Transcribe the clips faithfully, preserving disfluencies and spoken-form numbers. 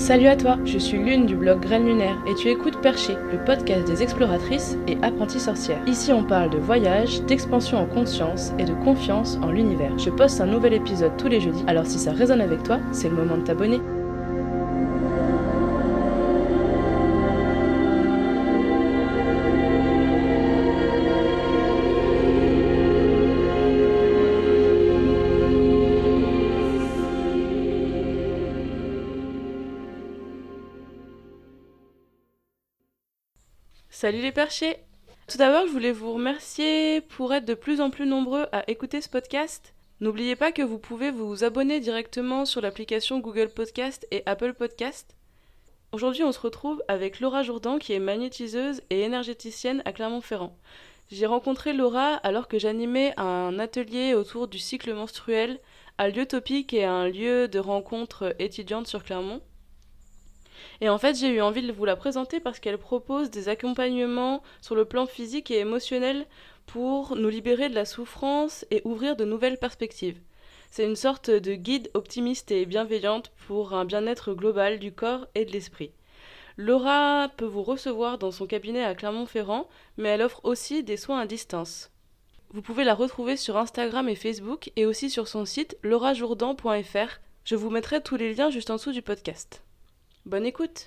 Salut à toi, je suis Lune du blog Graines Lunaires et tu écoutes Perché, le podcast des exploratrices et apprenties sorcières. Ici on parle de voyage, d'expansion en conscience et de confiance en l'univers. Je poste un nouvel épisode tous les jeudis, alors si ça résonne avec toi, c'est le moment de t'abonner. Salut les perchés! Tout d'abord, je voulais vous remercier pour être de plus en plus nombreux à écouter ce podcast. N'oubliez pas que vous pouvez vous abonner directement sur l'application Google Podcast et Apple Podcast. Aujourd'hui, on se retrouve avec Laura Jourdan qui est magnétiseuse et énergéticienne à Clermont-Ferrand. J'ai rencontré Laura alors que j'animais un atelier autour du cycle menstruel à Lieu-Topique qui est un lieu de rencontre étudiante sur Clermont. Et en fait, j'ai eu envie de vous la présenter parce qu'elle propose des accompagnements sur le plan physique et émotionnel pour nous libérer de la souffrance et ouvrir de nouvelles perspectives. C'est une sorte de guide optimiste et bienveillante pour un bien-être global du corps et de l'esprit. Laura peut vous recevoir dans son cabinet à Clermont-Ferrand, mais elle offre aussi des soins à distance. Vous pouvez la retrouver sur Instagram et Facebook et aussi sur son site laura jourdan point f r. Je vous mettrai tous les liens juste en dessous du podcast. Bonne écoute.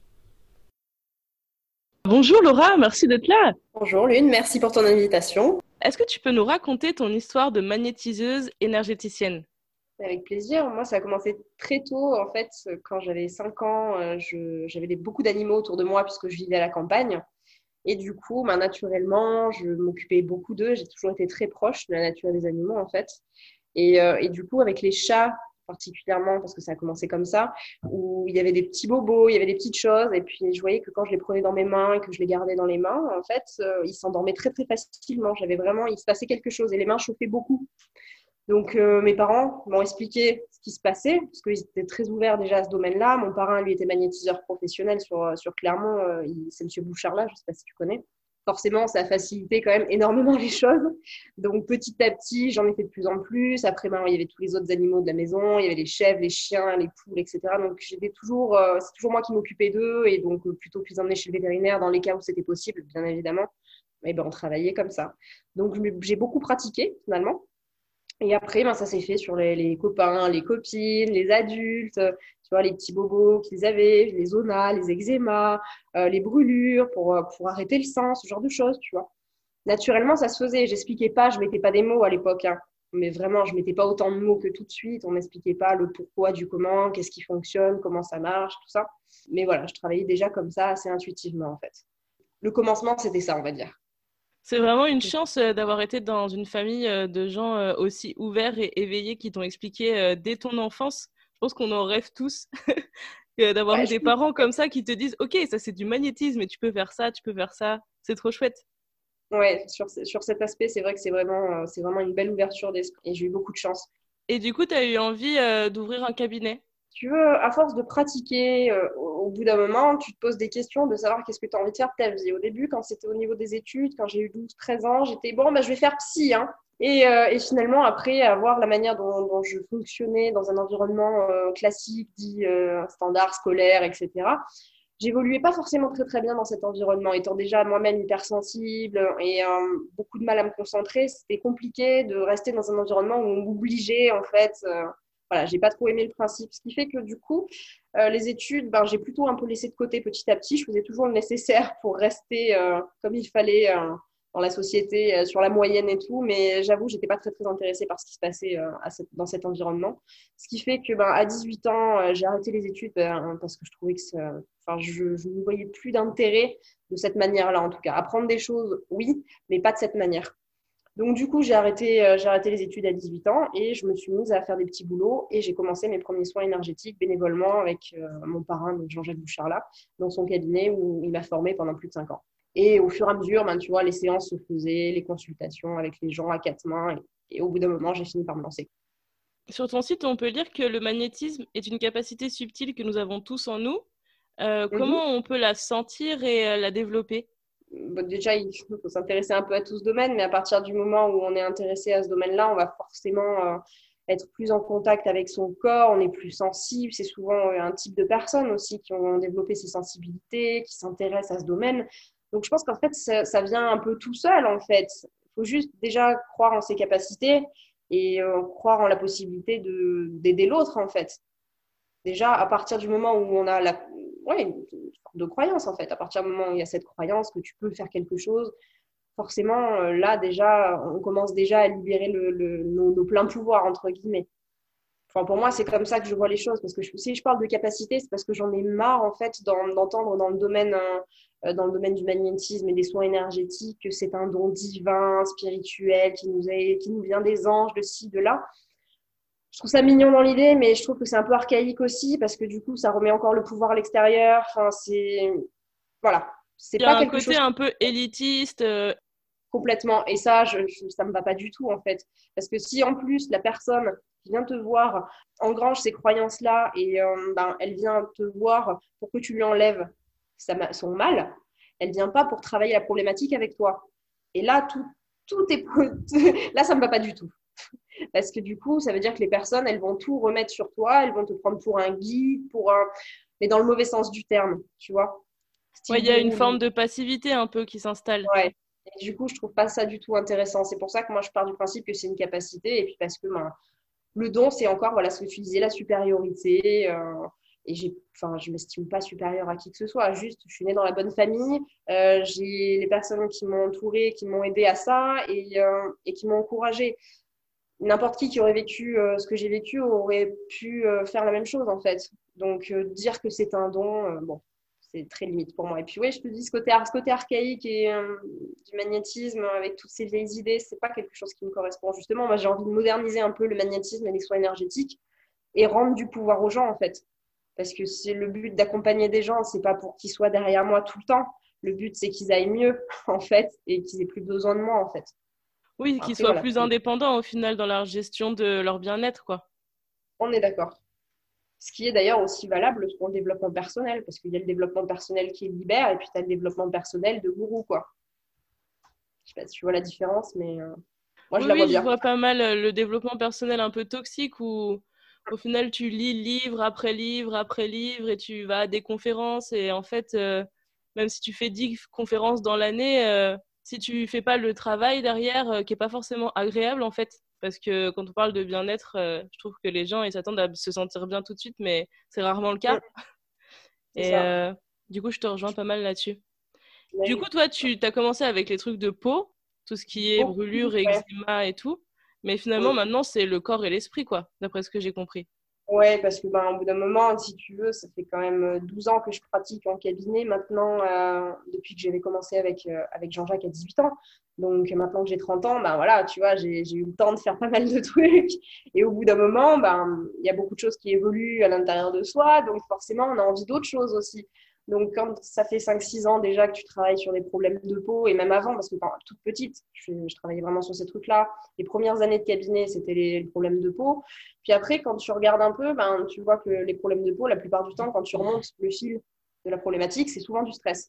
Bonjour Laura, merci d'être là. Bonjour Lune, merci pour ton invitation. Est-ce que tu peux nous raconter ton histoire de magnétiseuse énergéticienne ? Avec plaisir. Moi, ça a commencé très tôt. En fait, quand j'avais cinq ans, euh, je, j'avais des, beaucoup d'animaux autour de moi puisque je vivais à la campagne. Et du coup, bah, naturellement, je m'occupais beaucoup d'eux. J'ai toujours été très proche de la nature des animaux, en fait. Et, euh, et du coup, avec les chats, particulièrement, parce que ça a commencé comme ça, où il y avait des petits bobos, il y avait des petites choses. Et puis, je voyais que quand je les prenais dans mes mains et que je les gardais dans les mains, en fait, euh, ils s'endormaient très, très facilement. J'avais vraiment, il se passait quelque chose. Et les mains chauffaient beaucoup. Donc, euh, mes parents m'ont expliqué ce qui se passait, parce qu'ils étaient très ouverts déjà à ce domaine-là. Mon parrain, lui, était magnétiseur professionnel sur, sur Clermont. Euh, il, c'est M. Bouchard-là, je ne sais pas si tu connais. Forcément, ça a facilité quand même énormément les choses. Donc, petit à petit, j'en ai fait de plus en plus. Après, ben, il y avait tous les autres animaux de la maison. Il y avait les chèvres, les chiens, les poules, et cetera. Donc, j'étais toujours, euh, c'est toujours moi qui m'occupais d'eux et donc euh, plutôt que les emmener chez le vétérinaire dans les cas où c'était possible, bien évidemment. Et ben, on travaillait comme ça. Donc, j'ai beaucoup pratiqué finalement. Et après, ben, ça s'est fait sur les, les copains, les copines, les adultes, tu vois, les petits bobos qu'ils avaient, les zonas, les eczémas, euh, les brûlures pour, euh, pour arrêter le sang, ce genre de choses, tu vois. Naturellement, ça se faisait. J'expliquais pas, je mettais pas des mots à l'époque, hein. Mais vraiment, je mettais pas autant de mots que tout de suite. On m'expliquait pas le pourquoi du comment, qu'est-ce qui fonctionne, comment ça marche, tout ça. Mais voilà, je travaillais déjà comme ça, assez intuitivement, en fait. Le commencement, c'était ça, on va dire. C'est vraiment une chance euh, d'avoir été dans une famille euh, de gens euh, aussi ouverts et éveillés qui t'ont expliqué euh, dès ton enfance. Je pense qu'on en rêve tous euh, d'avoir Ouais, eu je des parents comme ça qui te disent « Ok, ça c'est du magnétisme et tu peux faire ça, tu peux faire ça. » C'est trop chouette. Ouais, sur, sur cet aspect, c'est vrai que c'est vraiment, euh, c'est vraiment une belle ouverture d'esprit et j'ai eu beaucoup de chance. Et du coup, tu as eu envie euh, d'ouvrir un cabinet. Si tu veux, à force de pratiquer, euh, au, au bout d'un moment, tu te poses des questions de savoir qu'est-ce que tu as envie de faire de ta vie. Au début, quand c'était au niveau des études, quand j'ai eu douze treize ans, j'étais bon, bah, je vais faire psy, hein. Et, euh, et finalement, après avoir la manière dont, dont je fonctionnais dans un environnement euh, classique, dit euh, standard, scolaire, et cetera, j'évoluais pas forcément très très bien dans cet environnement. Étant déjà moi-même hypersensible et euh, beaucoup de mal à me concentrer, c'était compliqué de rester dans un environnement où on m'obligeait en fait. Euh, voilà, j'ai pas trop aimé le principe, ce qui fait que du coup, euh, les études, ben, j'ai plutôt un peu laissé de côté petit à petit. Je faisais toujours le nécessaire pour rester euh, comme il fallait euh, dans la société, euh, sur la moyenne et tout, mais j'avoue, j'étais pas très très intéressée par ce qui se passait euh, à cette, dans cet environnement. Ce qui fait que ben, à dix-huit ans, euh, j'ai arrêté les études ben, parce que je trouvais que ça, enfin, je, je ne voyais plus d'intérêt de cette manière-là, en tout cas. Apprendre des choses, oui, mais pas de cette manière. Donc, du coup, j'ai arrêté, euh, j'ai arrêté les études à dix-huit ans et je me suis mise à faire des petits boulots et j'ai commencé mes premiers soins énergétiques bénévolement avec euh, mon parrain, donc Jean-Jacques Bouchard-là, dans son cabinet où il m'a formée pendant plus de cinq ans. Et au fur et à mesure, ben, tu vois, les séances se faisaient, les consultations avec les gens à quatre mains et, et au bout d'un moment, j'ai fini par me lancer. Sur ton site, on peut lire que le magnétisme est une capacité subtile que nous avons tous en nous. Euh, Mm-hmm. comment on peut la sentir et euh, la développer ? Bon, déjà, il faut s'intéresser un peu à tout ce domaine, mais à partir du moment où on est intéressé à ce domaine-là, on va forcément euh, être plus en contact avec son corps, on est plus sensible. C'est souvent un type de personnes aussi qui ont développé ces sensibilités, qui s'intéressent à ce domaine. Donc, je pense qu'en fait, ça, ça vient un peu tout seul, en fait. Il faut juste déjà croire en ses capacités et euh, croire en la possibilité de, d'aider l'autre, en fait. Déjà, à partir du moment où on a la, ouais, une sorte de croyance, en fait, à partir du moment où il y a cette croyance que tu peux faire quelque chose, forcément, euh, là, déjà, on commence déjà à libérer le, le, nos, nos pleins pouvoirs, entre guillemets. Enfin, pour moi, c'est comme ça que je vois les choses. Parce que je, si je parle de capacité, c'est parce que j'en ai marre, en fait, d'en, d'entendre dans le domaine, euh, dans le domaine du magnétisme et des soins énergétiques que c'est un don divin, spirituel, qui nous, est, qui nous vient des anges, de ci, de là. Je trouve ça mignon dans l'idée, mais je trouve que c'est un peu archaïque aussi, parce que du coup, ça remet encore le pouvoir à l'extérieur. Enfin, c'est... Voilà. C'est Il y a pas un quelque côté chose un peu élitiste. euh, complètement. Et ça, je, je, ça me va pas du tout, en fait. Parce que si, en plus, la personne qui vient te voir engrange ces croyances-là et euh, ben, elle vient te voir pour que tu lui enlèves sa, son mal, elle vient pas pour travailler la problématique avec toi. Et là, tout, tout est... là, ça me va pas du tout. Parce que du coup, ça veut dire que les personnes, elles vont tout remettre sur toi, elles vont te prendre pour un guide, pour un... mais dans le mauvais sens du terme, tu vois. Ouais, Style il y a une gourou. forme de passivité un peu qui s'installe. Ouais. Et du coup, je trouve pas ça du tout intéressant. C'est pour ça que moi, je pars du principe que c'est une capacité. Et puis parce que ben, le don, c'est encore, voilà, ce que tu disais, la supériorité. Euh, et j'ai, enfin, je m'estime pas supérieure à qui que ce soit. Juste, je suis née dans la bonne famille. Euh, j'ai les personnes qui m'ont entourée, qui m'ont aidée à ça et, euh, et qui m'ont encouragée. N'importe qui qui aurait vécu euh, ce que j'ai vécu aurait pu euh, faire la même chose, en fait. Donc, euh, dire que c'est un don, euh, bon, c'est très limite pour moi. Et puis, oui, je te dis, ce côté, ce côté archaïque et euh, du magnétisme avec toutes ces vieilles idées, c'est pas quelque chose qui me correspond. Justement, moi, j'ai envie de moderniser un peu le magnétisme et les soins énergétiques et rendre du pouvoir aux gens, en fait. Parce que c'est le but d'accompagner des gens, c'est pas pour qu'ils soient derrière moi tout le temps. Le but, c'est qu'ils aillent mieux, en fait, et qu'ils aient plus besoin de moi, en fait. Oui, qu'ils Après, soient voilà, plus indépendants au final dans leur gestion de leur bien-être, quoi. on est d'accord. Ce qui est d'ailleurs aussi valable pour le développement personnel, parce qu'il y a le développement personnel qui libère, et puis tu as le développement personnel de gourou, quoi. Je sais pas si tu vois la différence, mais euh, moi, je Oui, la vois oui, je bien. vois pas mal euh, le développement personnel un peu toxique où au final tu lis livre après livre après livre et tu vas à des conférences et en fait, euh, même si tu fais dix conférences dans l'année, euh, si tu fais pas le travail derrière euh, qui est pas forcément agréable en fait, parce que quand on parle de bien-être, euh, je trouve que les gens ils s'attendent à se sentir bien tout de suite, mais c'est rarement le Mm, cas. c'est Et ça. euh, du coup, je te rejoins pas mal là-dessus. Du Mais coup, toi, tu as commencé avec les trucs de peau, tout ce qui est beaucoup, brûlure, ouais. eczéma et tout. Mais finalement, Mm. maintenant, c'est le corps et l'esprit, quoi, d'après ce que j'ai compris. Ouais, parce que ben, au bout d'un moment, si tu veux, ça fait quand même euh, douze ans que je pratique en cabinet maintenant, euh, depuis que j'avais commencé avec, euh, avec Jean-Jacques à dix-huit ans. Donc euh, maintenant que j'ai trente ans, ben voilà, tu vois, j'ai, j'ai eu le temps de faire pas mal de trucs. Et au bout d'un moment, ben, il y a beaucoup de choses qui évoluent à l'intérieur de soi. Donc forcément, on a envie d'autres choses aussi. Donc quand ça fait cinq six ans déjà que tu travailles sur des problèmes de peau, et même avant, parce que ben, toute petite, je, je travaillais vraiment sur ces trucs-là. Les premières années de cabinet, c'était les, les problèmes de peau. Puis après, quand tu regardes un peu, ben, tu vois que les problèmes de peau, la plupart du temps, quand tu remontes le fil de la problématique, c'est souvent du stress.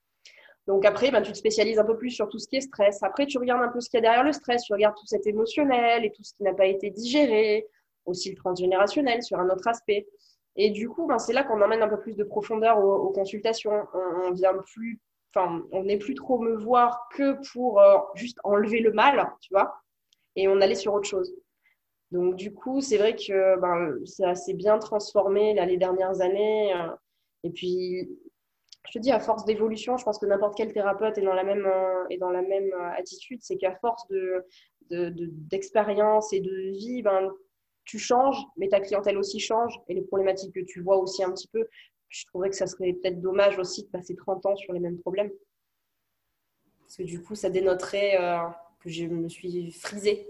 Donc après, ben, tu te spécialises un peu plus sur tout ce qui est stress. Après, tu regardes un peu ce qu'il y a derrière le stress, tu regardes tout cet émotionnel et tout ce qui n'a pas été digéré, aussi le transgénérationnel sur un autre aspect. Et du coup, ben, c'est là qu'on emmène un peu plus de profondeur aux, aux consultations. On, on vient plus, enfin, on n'est plus trop me voir que pour euh, juste enlever le mal, tu vois, et on allait sur autre chose. Donc, du coup, c'est vrai que ben, ça s'est bien transformé là, les dernières années. euh, Et puis, je te dis, à force d'évolution, je pense que n'importe quel thérapeute est dans la même, euh, est dans la même euh, attitude. C'est qu'à force de, de, de- d'expérience et de vie, ben, tu changes, mais ta clientèle aussi change et les problématiques que tu vois aussi un petit peu. Je trouverais que ça serait peut-être dommage aussi de passer trente ans sur les mêmes problèmes. Parce que du coup, ça dénoterait euh, que je me suis frisée.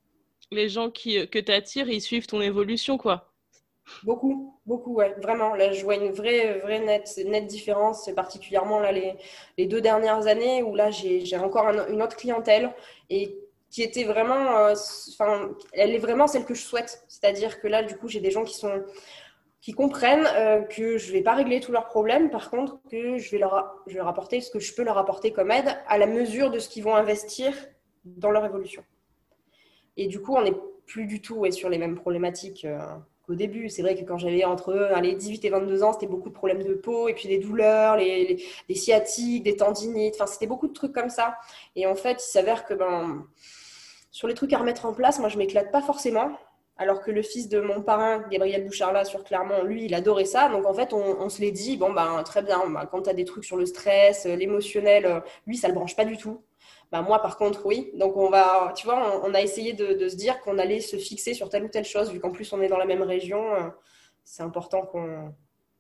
Les gens qui, que tu attires, ils suivent ton évolution, quoi. Beaucoup, beaucoup, ouais, vraiment. Là, je vois une vraie, vraie nette, nette différence, particulièrement là, les, les deux dernières années où là, j'ai, j'ai encore un- une autre clientèle et qui était vraiment, euh, enfin, elle est vraiment celle que je souhaite. C'est-à-dire que là, du coup, j'ai des gens qui sont, qui comprennent euh, que je vais pas régler tous leurs problèmes, par contre, que je vais leur, je vais leur apporter ce que je peux leur apporter comme aide à la mesure de ce qu'ils vont investir dans leur évolution. Et du coup, on n'est plus du tout ouais, sur les mêmes problématiques euh, qu'au début. C'est vrai que quand j'avais entre allez, dix-huit et vingt-deux ans, c'était beaucoup de problèmes de peau, et puis des douleurs, les, les, les sciatiques, des tendinites, enfin, c'était beaucoup de trucs comme ça. Et en fait, il s'avère que ben, sur les trucs à remettre en place, moi, je m'éclate pas forcément. Alors que le fils de mon parrain, Gabriel Boucharla, sur Clermont, lui, il adorait ça. Donc, en fait, on, on se l'est dit, bon, ben, très bien, ben, quand tu as des trucs sur le stress, euh, l'émotionnel, euh, lui, ça le branche pas du tout. Ben, moi, par contre, oui. Donc, on va, tu vois, on, on a essayé de, de se dire qu'on allait se fixer sur telle ou telle chose, vu qu'en plus, on est dans la même région. Euh, c'est important qu'on,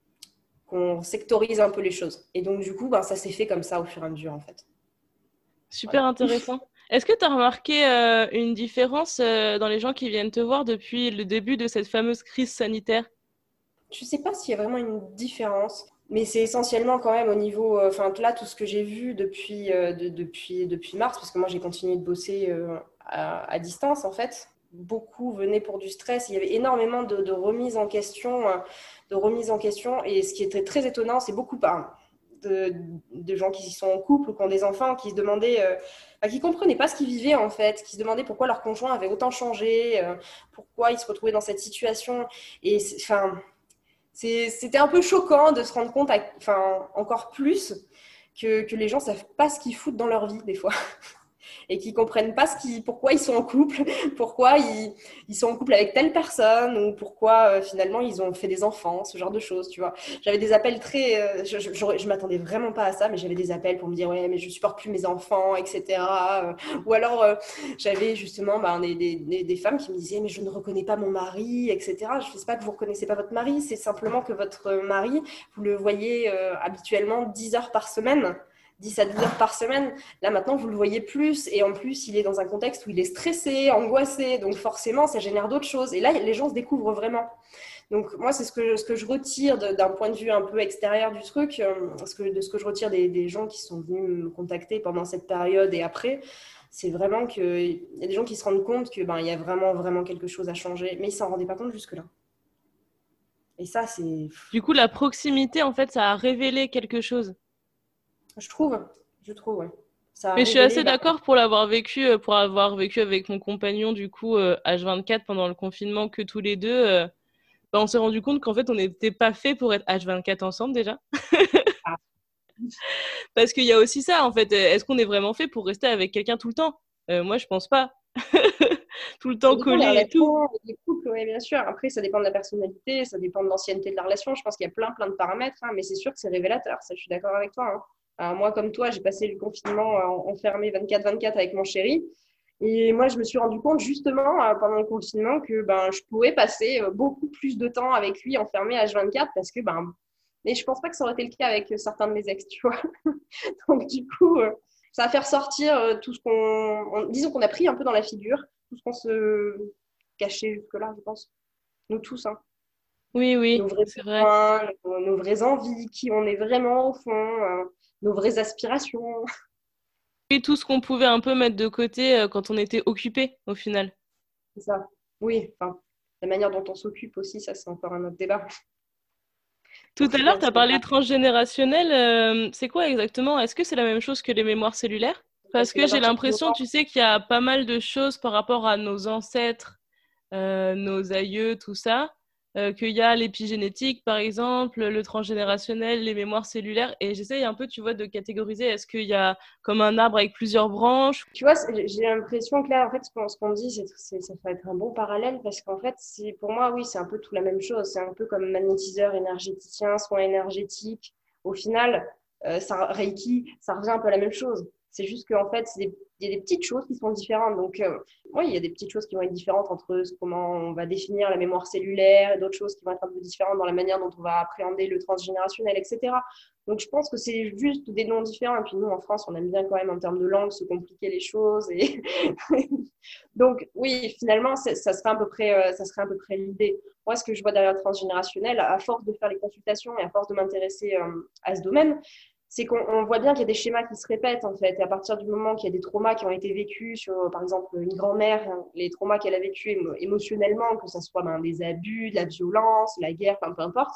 qu'on sectorise un peu les choses. Et donc, du coup, ben, ça s'est fait comme ça au fur et à mesure, en fait. Super Voilà. intéressant. Est-ce que tu as remarqué euh, une différence euh, dans les gens qui viennent te voir depuis le début de cette fameuse crise sanitaire? Je ne sais pas s'il y a vraiment une différence, mais c'est essentiellement quand même au niveau, euh, enfin là, tout ce que j'ai vu depuis, euh, de- depuis, depuis mars, parce que moi j'ai continué de bosser euh, à, à distance en fait. Beaucoup venaient pour du stress. Il y avait énormément de, de remises en question, euh, de remises en question. Et ce qui était très étonnant, c'est beaucoup par de, de gens qui sont en couple ou qui ont des enfants, qui se demandaient, euh, enfin, qui comprenaient pas ce qu'ils vivaient en fait, qui se demandaient pourquoi leur conjoint avait autant changé, euh, pourquoi ils se retrouvaient dans cette situation. Et enfin c'est, c'était un peu choquant de se rendre compte, à, enfin, encore plus, que, que les gens savent pas ce qu'ils foutent dans leur vie, des fois et qui comprennent pas ce qui, pourquoi ils sont en couple, pourquoi ils, ils sont en couple avec telle personne ou pourquoi euh, finalement ils ont fait des enfants, ce genre de choses, tu vois. J'avais des appels très, euh, je, je, je, je m'attendais vraiment pas à ça, mais j'avais des appels pour me dire ouais mais je supporte plus mes enfants, et cetera. Euh, ou alors euh, j'avais justement bah, des, des, des femmes qui me disaient mais je ne reconnais pas mon mari, et cetera. Je ne sais pas que vous reconnaissez pas votre mari, c'est simplement que votre mari vous le voyez euh, habituellement dix heures par semaine. dix à douze heures par semaine. Là, maintenant, vous le voyez plus. Et en plus, il est dans un contexte où il est stressé, angoissé. Donc, forcément, ça génère d'autres choses. Et là, les gens se découvrent vraiment. Donc, moi, c'est ce que, ce que je retire de, d'un point de vue un peu extérieur du truc, euh, ce que, de ce que je retire des, des gens qui sont venus me contacter pendant cette période et après. C'est vraiment qu'il y a des gens qui se rendent compte qu'il ben, y a vraiment, vraiment quelque chose à changer. Mais ils ne s'en rendaient pas compte jusque-là. Et ça, c'est... Du coup, la proximité, en fait, ça a révélé quelque chose. Je trouve, je trouve, ouais. Ça a Mais je suis révélé... assez Ben, d'accord pour l'avoir vécu, euh, pour avoir vécu avec mon compagnon, du coup, euh, H vingt-quatre pendant le confinement, que tous les deux. euh, bah, on s'est rendu compte qu'en fait, on n'était pas fait pour être H vingt-quatre ensemble déjà. ah, Parce qu'il y a aussi ça, en fait. Est-ce qu'on est vraiment fait pour rester avec quelqu'un tout le temps? Euh, Moi, je pense pas. Tout le ça temps dépend des collé et tout. relations, des couples, oui, bien sûr. Après, ça dépend de la personnalité, ça dépend de l'ancienneté de la relation. Je pense qu'il y a plein, plein de paramètres, hein, mais c'est sûr que c'est révélateur. Ça, je suis d'accord avec toi. Hein. Alors, moi, comme toi, j'ai passé le confinement euh, enfermé vingt-quatre vingt-quatre avec mon chéri. Et moi, je me suis rendu compte justement euh, pendant le confinement que ben, je pourrais passer euh, beaucoup plus de temps avec lui enfermé H vingt-quatre parce que, ben, mais je pense pas que ça aurait été le cas avec euh, certains de mes ex, tu vois. Donc, du coup, euh, ça va faire sortir euh, tout ce qu'on. on- disons qu'on a pris un peu dans la figure, tout ce qu'on se cachait jusque-là, je pense. Nous tous, hein. Oui, Nos oui, vrais c'est vrai. besoins, nos, nos vraies envies, qui on est vraiment au fond, euh, nos vraies aspirations. Et tout ce qu'on pouvait un peu mettre de côté euh, quand on était occupé, au final. C'est ça. Oui, enfin, la manière dont on s'occupe aussi, ça, c'est encore un autre débat. Tout à Profiter l'heure, un tu as petit peu de parlé transgénérationnel. euh, c'est quoi exactement? Est-ce que c'est la même chose que les mémoires cellulaires? parce Parce que que à j'ai partir du l'impression, moment tu sais, qu'il y a pas mal de choses par rapport à nos ancêtres, euh, nos aïeux, tout ça, euh, qu'il y a l'épigénétique, par exemple, le transgénérationnel, les mémoires cellulaires, et j'essaye un peu, tu vois, de catégoriser. Est-ce qu'il y a comme un arbre avec plusieurs branches? tu vois, j'ai l'impression que là, en fait, ce qu'on ce qu'on dit, c'est, c'est- ça peut être un bon parallèle parce qu'en fait, c'est, pour moi, oui, c'est un peu tout la même chose. C'est un peu comme magnétiseur énergéticien, soin énergétique. Au final, euh, ça, Reiki, ça revient un peu à la même chose. C'est juste qu'en fait, c'est des- il y a des petites choses qui sont différentes. Donc, euh, oui, il y a des petites choses qui vont être différentes entre ce- comment on va définir la mémoire cellulaire et d'autres choses qui vont être un peu différentes dans la manière dont on va appréhender le transgénérationnel, et cetera. Donc, je pense que c'est juste des noms différents. Et puis, nous, en France, on aime bien quand même, en termes de langue, se compliquer les choses. Et donc, oui, finalement, ça serait à peu près, euh, ça serait à peu près l'idée. Moi, ce que je vois derrière le transgénérationnel, à force de faire les consultations et à force de m'intéresser euh, à ce domaine, c'est qu'on voit bien qu'il y a des schémas qui se répètent, en fait. Et à partir du moment qu'il y a des traumas qui ont été vécus sur, par exemple, une grand-mère, hein, les traumas qu'elle a vécus émo émotionnellement, que ce soit ben, des abus, de la violence, la guerre, enfin, peu importe,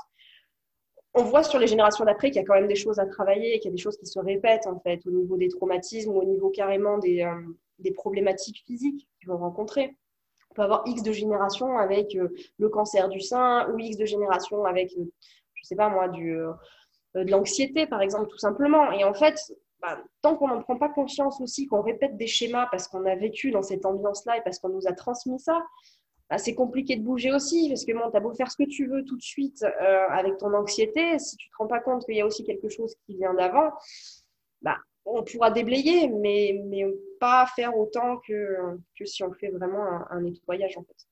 on voit sur les générations d'après qu'il y a quand même des choses à travailler et qu'il y a des choses qui se répètent en fait au niveau des traumatismes ou au niveau carrément des, euh, des problématiques physiques qu'ils vont rencontrer. peut avoir X de générations avec euh, le cancer du sein ou X de générations avec, euh, je sais pas moi, du, euh, de l'anxiété, par exemple, tout simplement. Et en fait, bah, tant qu'on n'en prend pas conscience aussi, qu'on répète des schémas parce qu'on a vécu dans cette ambiance-là et parce qu'on nous a transmis ça, bah, c'est compliqué de bouger aussi, parce que bon, tu as beau faire ce que tu veux tout de suite euh, avec ton anxiété, si tu ne te rends pas compte qu'il y a aussi quelque chose qui vient d'avant, bah, on pourra déblayer, mais, mais pas faire autant que, que si on fait vraiment un, un nettoyage, en fait.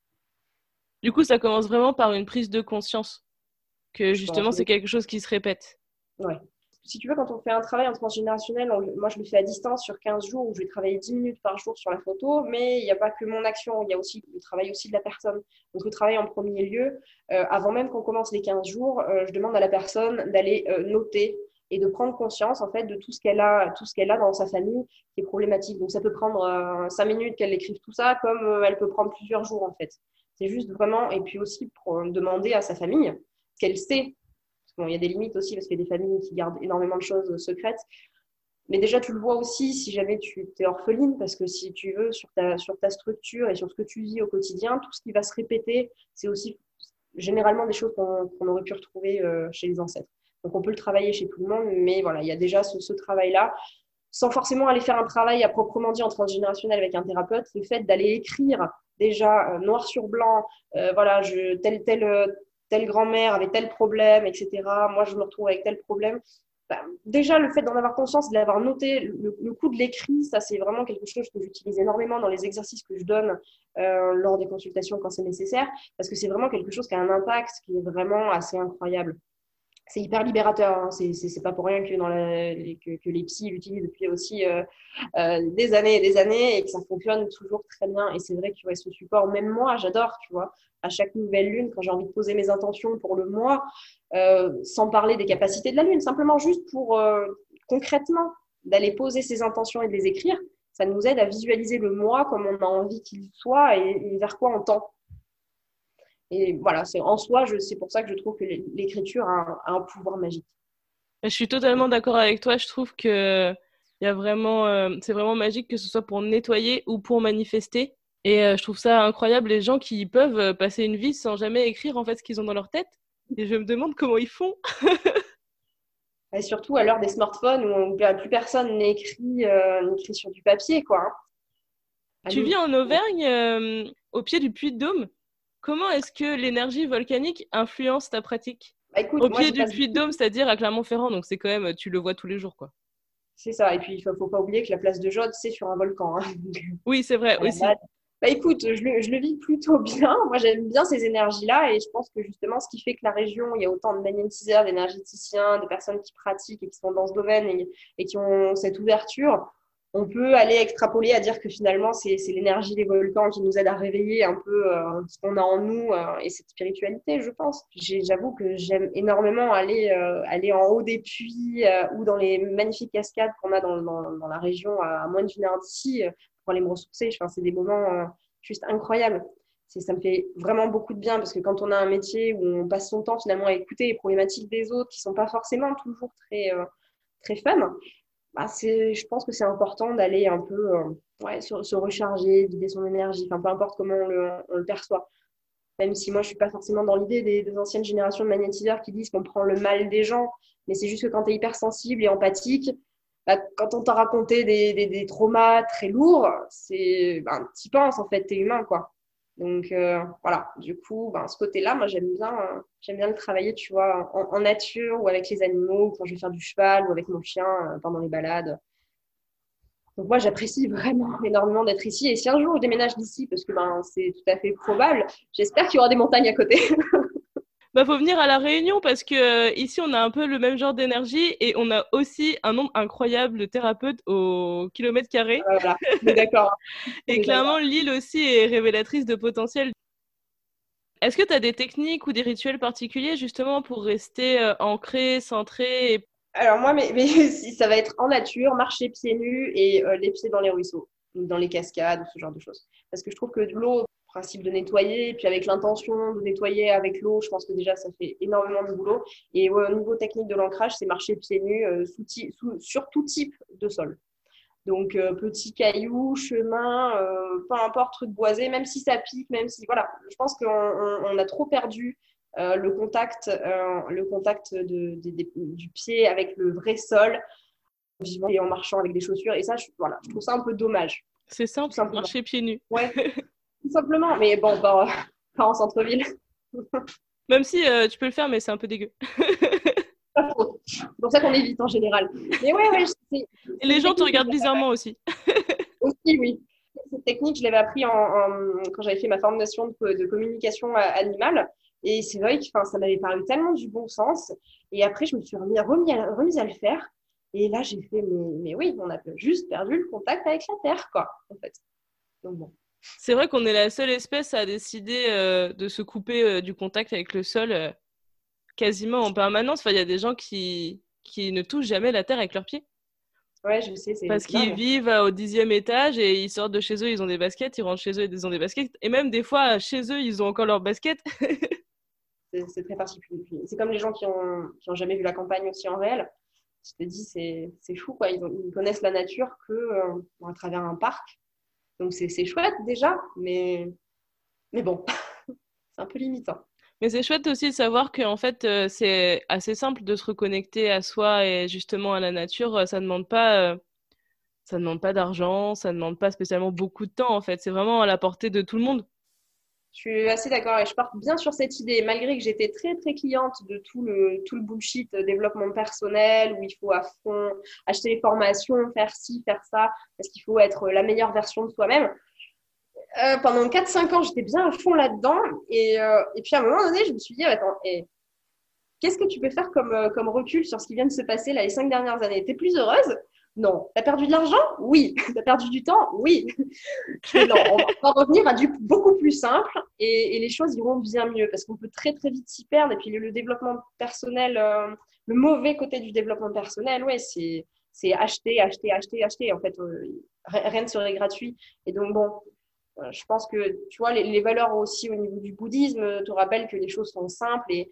Du coup, ça commence vraiment par une prise de conscience, que Je pense, justement, c'est oui. quelque chose qui se répète. Ouais. Si tu veux, quand on fait un travail en transgénérationnel, on- moi je le fais à distance sur quinze jours où je vais travailler dix minutes par jour sur la photo, mais il n'y a pas que mon action, il y a aussi le travail aussi de la personne. Donc le travail en premier lieu, euh, avant même qu'on commence les quinze jours, euh, je demande à la personne d'aller euh, noter et de prendre conscience en fait de tout ce qu'elle a, tout ce qu'elle a dans sa famille qui est problématique. Donc ça peut prendre euh, cinq minutes qu'elle écrive tout ça, comme euh, elle peut prendre plusieurs jours en fait. C'est juste vraiment, et puis aussi pour euh, demander à sa famille ce qu'elle sait. Bon, il y a des limites aussi parce qu'il y a des familles qui gardent énormément de choses secrètes. Mais déjà, tu le vois aussi si jamais tu es orpheline, parce que si tu veux, sur ta, sur ta structure et sur ce que tu vis au quotidien, tout ce qui va se répéter, c'est aussi généralement des choses qu'on qu'on aurait pu retrouver euh, chez les ancêtres. Donc, on peut le travailler chez tout le monde, mais voilà, il y a déjà ce, ce travail-là. Sans forcément aller faire un travail à proprement dit en transgénérationnel avec un thérapeute, le fait d'aller écrire déjà euh, noir sur blanc, euh, voilà, je, tel, tel, euh, telle grand-mère avait tel problème, et cetera. Moi, je me retrouve avec tel problème. Bah, déjà, le fait d'en avoir conscience, de l'avoir noté, le, le coup de l'écrit, ça, c'est vraiment quelque chose que j'utilise énormément dans les exercices que je donne euh, lors des consultations quand c'est nécessaire, parce que c'est vraiment quelque chose qui a un impact qui est vraiment assez incroyable. C'est hyper libérateur, hein. C'est, c'est, c'est pas pour rien que, dans la, les, que, que les psys l'utilisent depuis aussi euh, euh, des années et des années et que ça fonctionne toujours très bien. Et c'est vrai qu'il y aurait ce support, même moi, j'adore, tu vois. À chaque nouvelle lune, quand j'ai envie de poser mes intentions pour le mois, euh, sans parler des capacités de la lune, simplement juste pour euh, concrètement d'aller poser ses intentions et de les écrire, ça nous aide à visualiser le mois comme on a envie qu'il soit et, et vers quoi on tend. Et voilà, c'est en soi, je, c'est pour ça que je trouve que l'écriture a un, a un pouvoir magique. Je suis totalement d'accord avec toi. Je trouve que il y a vraiment, euh, c'est vraiment magique que ce soit pour nettoyer ou pour manifester. Et euh, je trouve ça incroyable les gens qui peuvent euh, passer une vie sans jamais écrire en fait ce qu'ils ont dans leur tête. Et je me demande comment ils font. Et surtout à l'heure des smartphones où plus personne n'écrit, euh, n'écrit sur du papier, quoi. Hein. À Tu nous. vis en Auvergne, euh, au pied du Puy de Dôme. Comment est-ce que l'énergie volcanique influence ta pratique? Bah, écoute, Au moi pied j'y du passe Puy de Dôme, c'est-à-dire à Clermont-Ferrand, donc c'est quand même, tu le vois tous les jours, quoi. c'est ça. Et puis, il ne faut pas oublier que la place de Jode, c'est sur un volcan. Hein. Donc, Oui, c'est vrai à la aussi. base. Bah, écoute, je le, je le vis plutôt bien. Moi, j'aime bien ces énergies-là. Et je pense que justement, ce qui fait que la région, il y a autant de magnétiseurs, d'énergéticiens, de personnes qui pratiquent et qui sont dans ce domaine et, et qui ont cette ouverture, on peut aller extrapoler à dire que finalement, c'est, c'est l'énergie des volcans qui nous aide à réveiller un peu euh, ce qu'on a en nous euh, et cette spiritualité, je pense. J'ai, j'avoue que j'aime énormément aller, euh, aller en haut des puits euh, ou dans les magnifiques cascades qu'on a dans, dans, dans la région à, à moins d'une heure d'ici euh, pour aller me ressourcer. Enfin, c'est des moments euh, juste incroyables. C'est, ça me fait vraiment beaucoup de bien parce que quand on a un métier où on passe son temps finalement à écouter les problématiques des autres qui ne sont pas forcément toujours très, euh, très fun, bah, c'est, je pense que c'est important d'aller un peu euh, ouais, se, se recharger, vider son énergie, enfin, peu importe comment on le, on le perçoit. Même si moi, je ne suis pas forcément dans l'idée des, des anciennes générations de magnétiseurs qui disent qu'on prend le mal des gens, mais c'est juste que quand tu es hypersensible et empathique, bah, quand on t'a raconté des, des, des traumas très lourds, c'est, ben, t'y penses en fait, t'es humain quoi. Donc euh, voilà, du coup, ben, ce côté-là, moi j'aime bien, euh, j'aime bien le travailler, tu vois, en, en nature ou avec les animaux, quand je vais faire du cheval ou avec mon chien euh, pendant les balades. Donc moi, j'apprécie vraiment énormément d'être ici. Et si un jour je déménage d'ici, parce que ben, c'est tout à fait probable, j'espère qu'il y aura des montagnes à côté. Bah, faut venir à La Réunion parce que euh, ici, on a un peu le même genre d'énergie et on a aussi un nombre incroyable de thérapeutes au kilomètre carré. Voilà, on est d'accord. Hein. On Et est d'accord. clairement, l'île aussi est révélatrice de potentiel. Est-ce que tu as des techniques ou des rituels particuliers justement pour rester euh, ancré, centré et... Alors moi, mais, mais ça va être en nature, marcher pieds nus et euh, les pieds dans les ruisseaux, ou dans les cascades, ou ce genre de choses. Parce que je trouve que l'eau, principe de nettoyer, et puis avec l'intention de nettoyer avec l'eau, je pense que déjà ça fait énormément de boulot. Et ouais, au niveau technique de l'ancrage, c'est marcher pieds nus euh, sous, sous, sur tout type de sol. Donc, euh, petits cailloux, chemin, euh, peu importe, truc boisé, même si ça pique, même si, voilà, je pense qu'on on, on a trop perdu euh, le contact, euh, le contact de, de, de, du pied avec le vrai sol, vivant et en marchant avec des chaussures. Et ça, je, voilà, je trouve ça un peu dommage. C'est Tout simple, simplement. marcher pieds nus. Ouais, tout simplement. Mais bon, pas, pas en centre-ville. Même si euh, tu peux le faire, mais c'est un peu dégueu. Pas trop. C'est pour ça qu'on évite en général. Mais ouais, ouais, c'est, Et c'est les une gens te technique que regardent bizarrement aussi. aussi, oui. Cette technique, je l'avais appris en, en- quand j'avais fait ma formation de, de communication animale. Et c'est vrai que enfin, ça m'avait paru tellement du bon sens. Et après, je me suis remis, remis, à, remise à le faire. Et là, j'ai fait, mais, mais oui, on a juste perdu le contact avec la terre, quoi, en fait. Donc bon. C'est vrai qu'on est la seule espèce à décider euh, de se couper euh, du contact avec le sol euh, quasiment en permanence. Enfin, il y a des gens qui, qui ne touchent jamais la terre avec leurs pieds. Ouais, je sais, c'est Parce c'est qu'ils dingue. vivent euh, au dixième étage et ils sortent de chez eux, ils ont des baskets, ils rentrent chez eux, ils ont des baskets. Et même des fois, chez eux, ils ont encore leurs baskets. C'est c'est très particulier. C'est comme les gens qui ont, qui ont jamais vu la campagne aussi en réel. Je te dis, c'est c'est fou, quoi. Ils, ont- ils connaissent la nature que euh, à travers un parc. Donc c'est c'est chouette déjà, mais, mais bon, c'est un peu limitant. Mais c'est chouette aussi de savoir que en fait, euh, c'est assez simple de se reconnecter à soi et justement à la nature. Euh, Ça demande pas, euh, ça demande pas d'argent, ça demande pas spécialement beaucoup de temps en fait. C'est vraiment à la portée de tout le monde. Je suis assez d'accord et je pars bien sur cette idée, malgré que j'étais très très cliente de tout le, tout le bullshit euh, développement personnel, où il faut à fond acheter les formations, faire ci, faire ça, parce qu'il faut être la meilleure version de soi-même. Euh, pendant quatre cinq ans, j'étais bien à fond là-dedans. Et, euh, et puis à un moment donné, je me suis dit, attends, et qu'est-ce que tu peux faire comme, euh, comme recul sur ce qui vient de se passer là les cinq dernières années? T'es plus heureuse? Non. T'as perdu de l'argent? Oui. T'as perdu du temps? Oui. Je fais non, on va revenir à du beaucoup plus simple et, et les choses iront bien mieux parce qu'on peut très très vite s'y perdre. Et puis le, le développement personnel, euh, le mauvais côté du développement personnel, ouais, c'est c'est acheter, acheter, acheter, acheter. En fait, euh, rien ne serait gratuit. Et donc bon, euh, je pense que tu vois les, les valeurs aussi au niveau du bouddhisme te rappellent que les choses sont simples et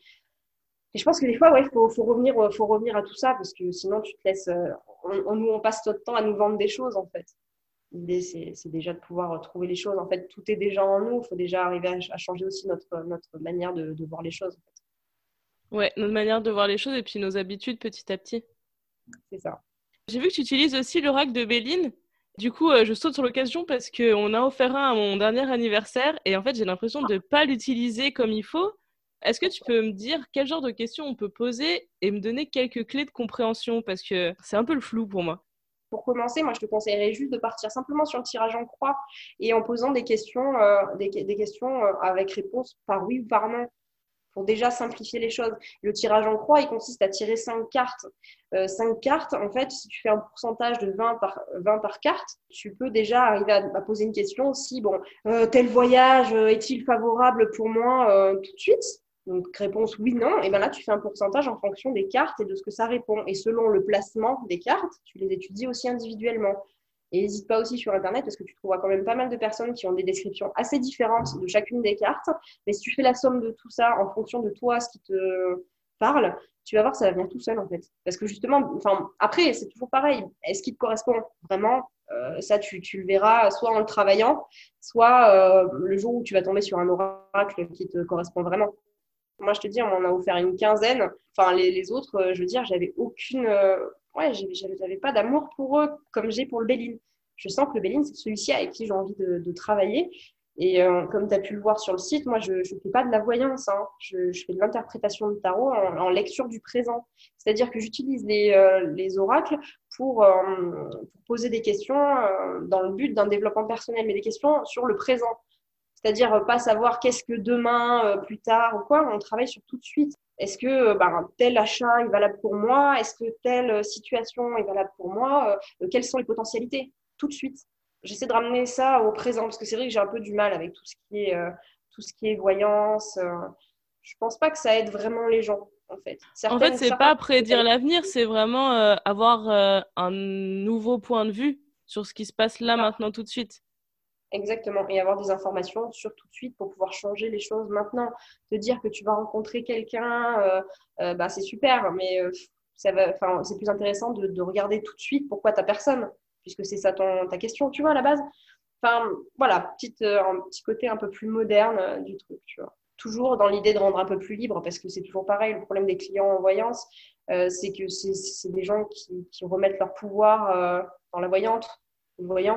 et je pense que des fois, ouais, faut, faut revenir, euh, faut revenir à tout ça parce que sinon, tu te laisses, euh, on, on, nous, on passe notre temps à nous vendre des choses en fait. L'idée, c'est, c'est déjà de pouvoir trouver les choses. En fait, tout est déjà en nous. Il faut déjà arriver à, à changer aussi notre, notre manière de, de voir les choses. En fait. Ouais, notre manière de voir les choses et puis nos habitudes petit à petit. C'est ça. J'ai vu que tu utilises aussi l'oracle de Béline. Du coup, euh, je saute sur l'occasion parce qu'on a offert un à mon dernier anniversaire et en fait, j'ai l'impression de ne pas l'utiliser comme il faut. Est-ce que tu peux me dire quel genre de questions on peut poser et me donner quelques clés de compréhension parce que c'est un peu le flou pour moi. Pour commencer, moi, je te conseillerais juste de partir simplement sur le tirage en croix et en posant des questions, euh, des, des questions euh, avec réponse par oui ou par non, pour déjà simplifier les choses. Le tirage en croix, il consiste à tirer cinq cartes. Euh, cinq cartes, en fait, si tu fais un pourcentage de vingt par, vingt par carte, tu peux déjà arriver à, à poser une question aussi. Bon, euh, tel voyage euh, est-il favorable pour moi euh, tout de suite? Donc, réponse oui, non. Et bien là, tu fais un pourcentage en fonction des cartes et de ce que ça répond. Et selon le placement des cartes, tu les étudies aussi individuellement. Et n'hésite pas aussi sur Internet parce que tu trouveras quand même pas mal de personnes qui ont des descriptions assez différentes de chacune des cartes. Mais si tu fais la somme de tout ça en fonction de toi, ce qui te parle, tu vas voir, ça va venir tout seul en fait. Parce que justement, enfin, après, c'est toujours pareil. Est-ce qu'il te correspond vraiment euh, Ça, tu, tu le verras soit en le travaillant, soit euh, le jour où tu vas tomber sur un oracle qui te correspond vraiment. Moi, je te dis, on m'en a offert une quinzaine. Enfin, les, les autres, euh, je veux dire, j'avais aucune. Euh, ouais, j'avais, j'avais pas d'amour pour eux comme j'ai pour le Béline. Je sens que le Béline, c'est celui-ci avec qui j'ai envie de, de travailler. Et euh, comme tu as pu le voir sur le site, moi, je ne fais pas de la voyance. Hein. Je, je fais de l'interprétation de tarot en, en lecture du présent. C'est-à-dire que j'utilise les, euh, les oracles pour, euh, pour poser des questions euh, dans le but d'un développement personnel, mais des questions sur le présent. C'est-à-dire euh, pas savoir qu'est-ce que demain, euh, plus tard ou quoi, on travaille sur tout de suite. Est-ce que euh, ben, tel achat est valable pour moi? Est-ce que telle euh, situation est valable pour moi? Euh, Quelles sont les potentialités? Tout de suite. J'essaie de ramener ça au présent parce que c'est vrai que j'ai un peu du mal avec tout ce qui est, euh, tout ce qui est voyance. Euh, je pense pas que ça aide vraiment les gens, en fait. En fait, Certaines, c'est certains... pas prédire l'avenir, c'est vraiment euh, avoir euh, un nouveau point de vue sur ce qui se passe là, maintenant, tout de suite. Exactement, et avoir des informations sur tout de suite pour pouvoir changer les choses maintenant. Te dire que tu vas rencontrer quelqu'un, euh, euh, bah, c'est super, mais euh, ça va, enfin, c'est plus intéressant de, de regarder tout de suite pourquoi ta personne. puisque c'est ça ton, ta question, tu vois, à la base. Enfin, voilà, petite, euh, un petit côté un peu plus moderne euh, du truc, tu vois. Toujours dans l'idée de rendre un peu plus libre, parce que c'est toujours pareil, le problème des clients en voyance, euh, c'est que c'est, c'est des gens qui, qui remettent leur pouvoir euh, dans la voyante, le voyant.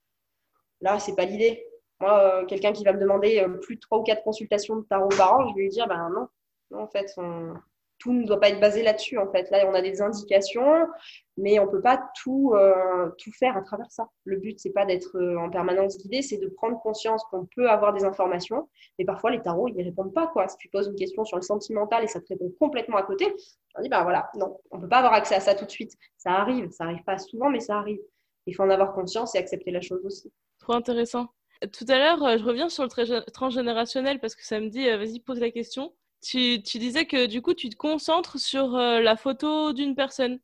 Là, c'est pas l'idée. Moi, euh, quelqu'un qui va me demander euh, plus de trois ou quatre consultations de tarot par an, je vais lui dire, ben non, non en fait, on... tout ne doit pas être basé là-dessus. En fait, là, on a des indications, mais on peut pas tout, euh, tout faire à travers ça. Le but, c'est pas d'être euh, en permanence guidé, c'est de prendre conscience qu'on peut avoir des informations, mais parfois les tarots, ils ne répondent pas, quoi. Si tu poses une question sur le sentimental et ça te répond complètement à côté, on dit, ben voilà, non, on peut pas avoir accès à ça tout de suite. Ça arrive, ça arrive pas souvent, mais ça arrive. Il faut en avoir conscience et accepter la chose aussi. Trop intéressant. Tout à l'heure, euh, je reviens sur le tra- transgénérationnel parce que ça me dit, euh, vas-y, pose la question. Tu, tu disais que du coup, tu te concentres sur euh, la photo d'une personne,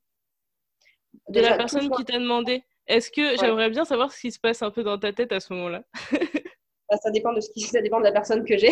de la Déjà, personne touche-moi. qui t'a demandé. Est-ce que Ouais. j'aimerais bien savoir ce qui se passe un peu dans ta tête à ce moment-là? Bah, ça dépend de ce qui, ça dépend de la personne que j'ai.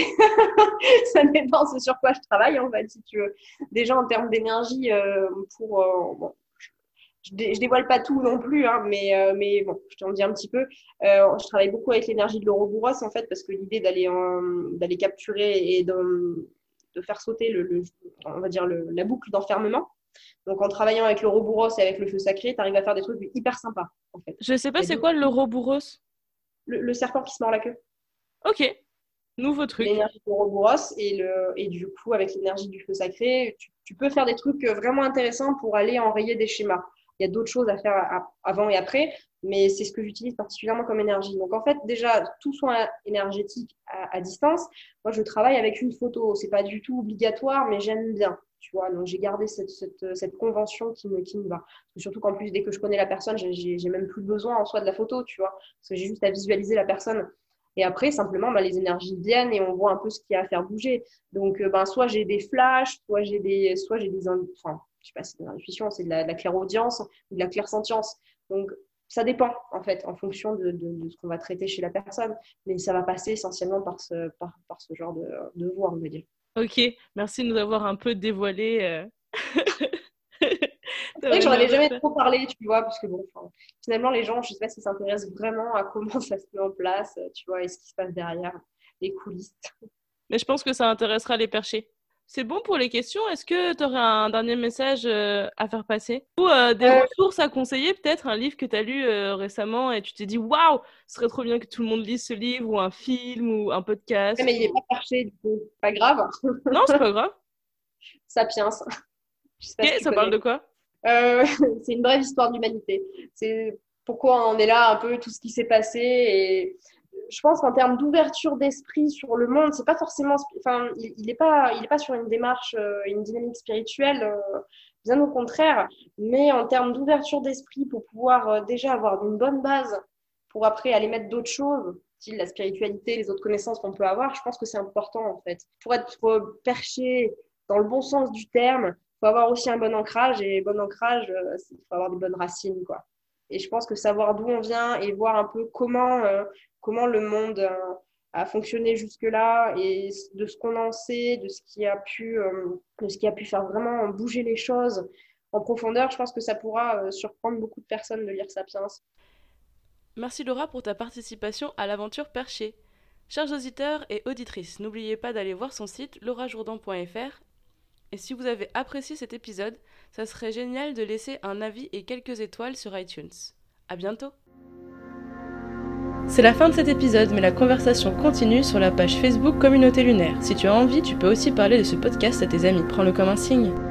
Ça dépend de sur quoi je travaille, en fait, si tu veux. Déjà, en termes d'énergie, euh, pour, euh, bon, je, dé, je dévoile pas tout non plus, hein, mais, euh, mais bon, je t'en dis un petit peu. Euh, je travaille beaucoup avec l'énergie de l'Ouroboros, en fait, parce que l'idée d'aller, en- d'aller capturer et de, de faire sauter le, le- on va dire le, la boucle d'enfermement. Donc, en travaillant avec l'Ouroboros et avec le feu sacré, tu arrives à faire des trucs hyper sympas, en fait. Je sais pas Il y a c'est deux- quoi l'Ouroboros. le, le serpent qui se mord la queue. Ok, nouveau truc. L'énergie de Ouroboros et, le, et du coup, avec l'énergie du feu sacré, tu, tu peux faire des trucs vraiment intéressants pour aller enrayer des schémas. Il y a d'autres choses à faire à, avant et après, mais c'est ce que j'utilise particulièrement comme énergie. Donc en fait, déjà, tout soin énergétique à, à distance, moi je travaille avec une photo. C'est pas du tout obligatoire, mais j'aime bien. Tu vois, donc j'ai gardé cette, cette, cette convention qui me, qui me va. Surtout qu'en plus, dès que je connais la personne, j'ai, j'ai même plus besoin en soi de la photo, tu vois, parce que j'ai juste à visualiser la personne. Et après, simplement, bah, les énergies viennent et on voit un peu ce qu'il y a à faire bouger. Donc, euh, ben, soit j'ai des flashs, soit j'ai des, soit j'ai des, enfin, je sais pas si c'est de l'intuition, c'est de la, de la clairaudience ou de la clairsentience. Donc, ça dépend, en fait, en fonction de, de, de ce qu'on va traiter chez la personne. Mais ça va passer essentiellement par ce, par, par ce genre de, de voie, on va dire. Ok, merci de nous avoir un peu dévoilé euh... C'est ta vrai que j'en manière avais de jamais faire. trop parlé, tu vois, parce que bon, finalement, les gens, je sais pas s'ils s'intéressent vraiment à comment ça se met en place, tu vois, et ce qui se passe derrière les coulisses. Mais je pense que ça intéressera les perchés. C'est bon pour les questions. Est-ce que tu aurais un dernier message euh, à faire passer? Ou euh, des Euh, ressources à conseiller, peut-être un livre que tu as lu euh, récemment et tu t'es dit waouh, ce serait trop bien que tout le monde lise ce livre, ou un film, ou un Ouais, podcast. mais il n'est Ou... pas perché, du coup. Pas grave. Non, c'est pas grave. Sapiens. Je sais pas Ok, si tu ça parle connais. de quoi? Euh, c'est une brève histoire de l'humanité. C'est pourquoi on est là, un peu tout ce qui s'est passé. Et je pense qu'en termes d'ouverture d'esprit sur le monde, c'est pas forcément. Enfin, il il est pas, il est pas sur une démarche, euh, une dynamique spirituelle. euh, bien au contraire. Mais en termes d'ouverture d'esprit, pour pouvoir euh, déjà avoir une bonne base, pour après aller mettre d'autres choses, style la spiritualité, les autres connaissances qu'on peut avoir, je pense que c'est important en fait. Pour être euh, perché dans le bon sens du terme, faut avoir aussi un bon ancrage et bon ancrage, euh, il faut avoir des bonnes racines, quoi. Et je pense que savoir d'où on vient et voir un peu comment, euh, comment le monde euh, a fonctionné jusque-là et de ce qu'on en sait, de ce qui a pu, euh, de ce qui a pu faire vraiment bouger les choses en profondeur, je pense que ça pourra euh, surprendre beaucoup de personnes de lire Sapiens. Merci Laura pour ta participation à l'aventure perchée. Chers auditeurs et auditrices, n'oubliez pas d'aller voir son site laura jourdan point f r. Et si vous avez apprécié cet épisode, ça serait génial de laisser un avis et quelques étoiles sur iTunes. À bientôt! C'est la fin de cet épisode, mais la conversation continue sur la page Facebook Communauté Lunaire. Si tu as envie, tu peux aussi parler de ce podcast à tes amis. Prends-le comme un signe.